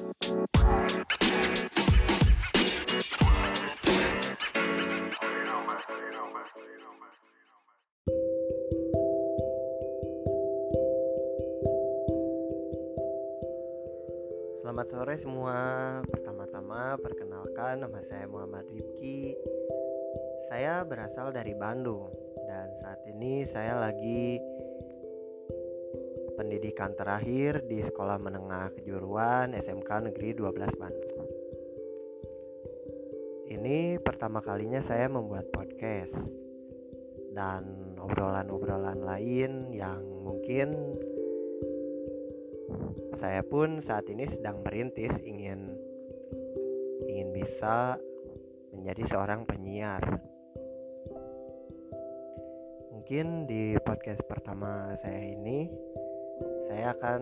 Selamat sore semua. Pertama-tama perkenalkan, nama saya Muhammad Rifki. Saya berasal dari Bandung dan saat ini saya lagi pendidikan terakhir di Sekolah Menengah Kejuruan SMK Negeri 12 Bandung. Ini pertama kalinya saya membuat podcast dan obrolan-obrolan lain yang mungkin saya pun saat ini sedang merintis ingin bisa menjadi seorang penyiar. Mungkin di podcast pertama saya ini saya akan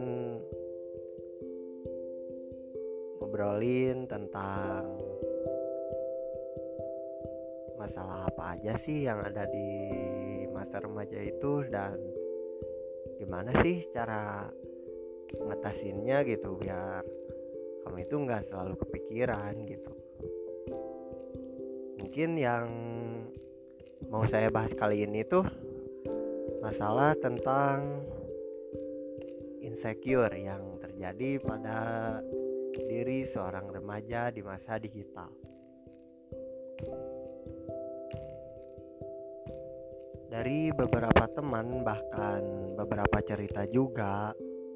ngobrolin tentang masalah apa aja sih yang ada di masa remaja itu dan gimana sih cara ngatasinnya gitu biar kamu itu nggak selalu kepikiran gitu. Mungkin yang mau saya bahas kali ini tuh masalah tentang insecure yang terjadi pada diri seorang remaja di masa digital. Dari beberapa teman bahkan beberapa cerita juga,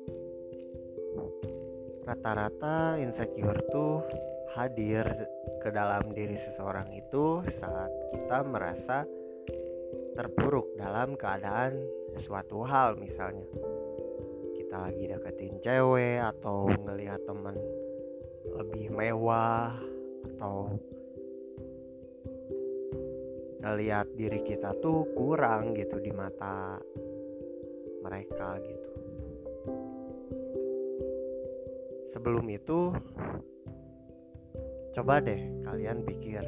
rata-rata insecure tuh hadir ke dalam diri seseorang itu saat kita merasa terpuruk dalam keadaan suatu hal. Misalnya kita lagi deketin cewek atau ngelihat teman lebih mewah atau ngelihat diri kita tuh kurang gitu di mata mereka gitu. Sebelum itu, coba deh kalian pikir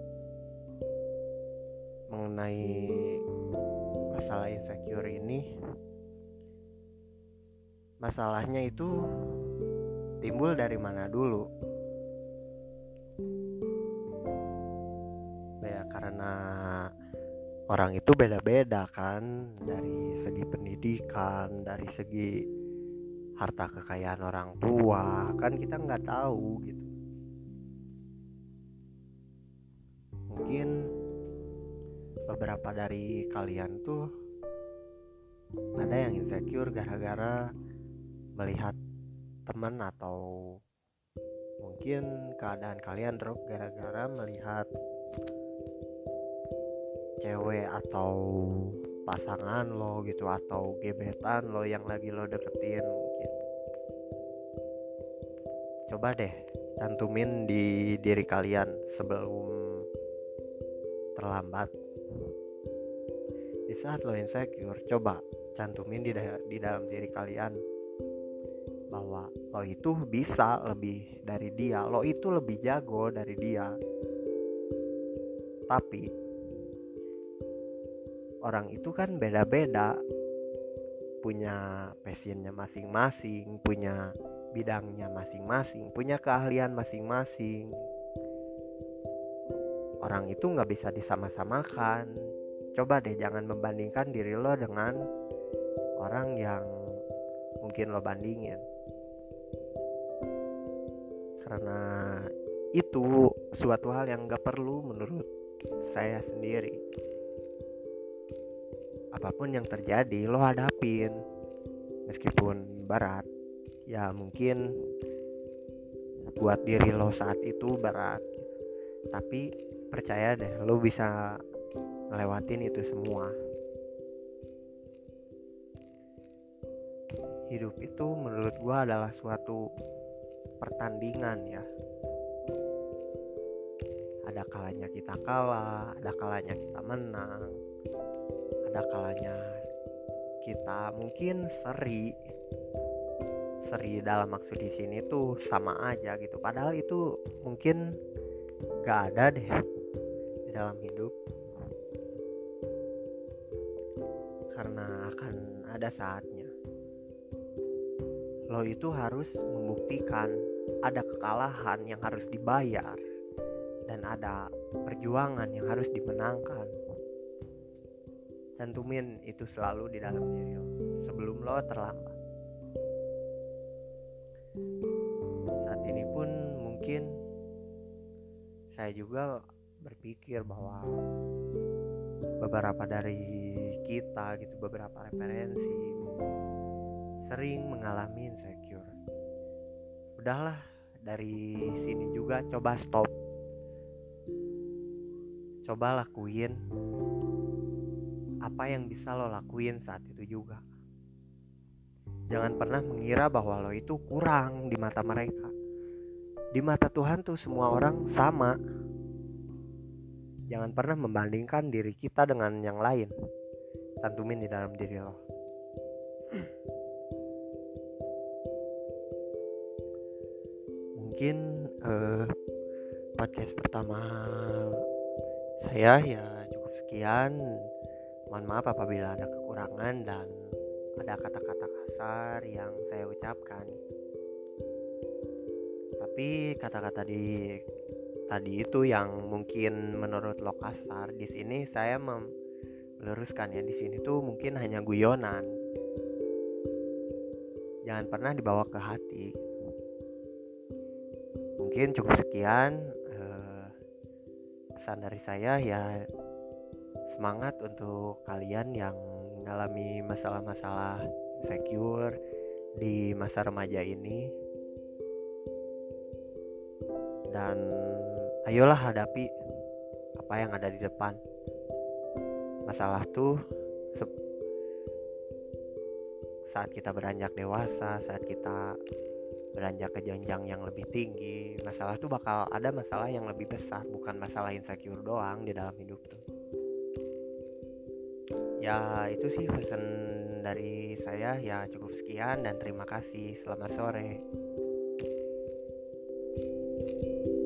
mengenai masalah insecure ini. Masalahnya itu timbul dari mana dulu? Ya karena orang itu beda-beda kan, dari segi pendidikan, dari segi harta kekayaan orang tua, kan kita nggak tahu gitu. Mungkin beberapa dari kalian tuh ada yang insecure gara-gara melihat teman, atau mungkin keadaan kalian drop gara-gara melihat cewek atau pasangan lo gitu, atau gebetan lo yang lagi lo deketin. Mungkin coba deh cantumin di diri kalian sebelum terlambat. Di saat lo insecure, coba cantumin di dalam diri kalian bahwa lo itu bisa lebih dari dia, lo itu lebih jago dari dia. Tapi orang itu kan beda-beda, punya passionnya masing-masing, punya bidangnya masing-masing, punya keahlian masing-masing. Orang itu gak bisa disama-samakan. Coba deh jangan membandingkan diri lo dengan orang yang mungkin lo bandingin, karena itu suatu hal yang gak perlu menurut saya sendiri. Apapun yang terjadi lo hadapin, meskipun berat. Ya mungkin buat diri lo saat itu berat, tapi percaya deh lo bisa ngelewatin itu semua. Hidup itu menurut gua adalah suatu pertandingan ya. Ada kalanya kita kalah, ada kalanya kita menang, ada kalanya kita mungkin seri dalam maksud di sini tuh sama aja gitu. Padahal itu mungkin gak ada deh di dalam hidup, karena akan ada saatnya lo itu harus membuktikan ada kekalahan yang harus dibayar dan ada perjuangan yang harus dimenangkan. Cantumin itu selalu di dalam diri lo sebelum lo terlambat. Saat ini pun mungkin saya juga berpikir bahwa beberapa dari kita gitu, beberapa referensi sering mengalami insecure. Udahlah, dari sini juga coba stop. Coba lakuin apa yang bisa lo lakuin saat itu juga. Jangan pernah mengira bahwa lo itu kurang di mata mereka. Di mata Tuhan tuh semua orang sama. Jangan pernah membandingkan diri kita dengan yang lain. Cantumin di dalam diri lo. Mungkin podcast pertama saya ya cukup sekian. Mohon maaf apabila ada kekurangan dan ada kata-kata kasar yang saya ucapkan. Tapi kata-kata tadi itu yang mungkin menurut lo kasar, di sini saya meluruskan ya, di sini tuh mungkin hanya guyonan. Jangan pernah dibawa ke hati. Mungkin cukup sekian pesan dari saya ya. Semangat untuk kalian yang mengalami masalah-masalah insecure di masa remaja ini. Dan ayolah hadapi apa yang ada di depan. Masalah tuh saat kita beranjak dewasa, saat kita beranjak ke jenjang yang lebih tinggi, masalah tuh bakal ada masalah yang lebih besar, bukan masalah insecure doang di dalam hidup tuh. Ya itu sih pesan dari saya ya, cukup sekian dan terima kasih. Selamat sore.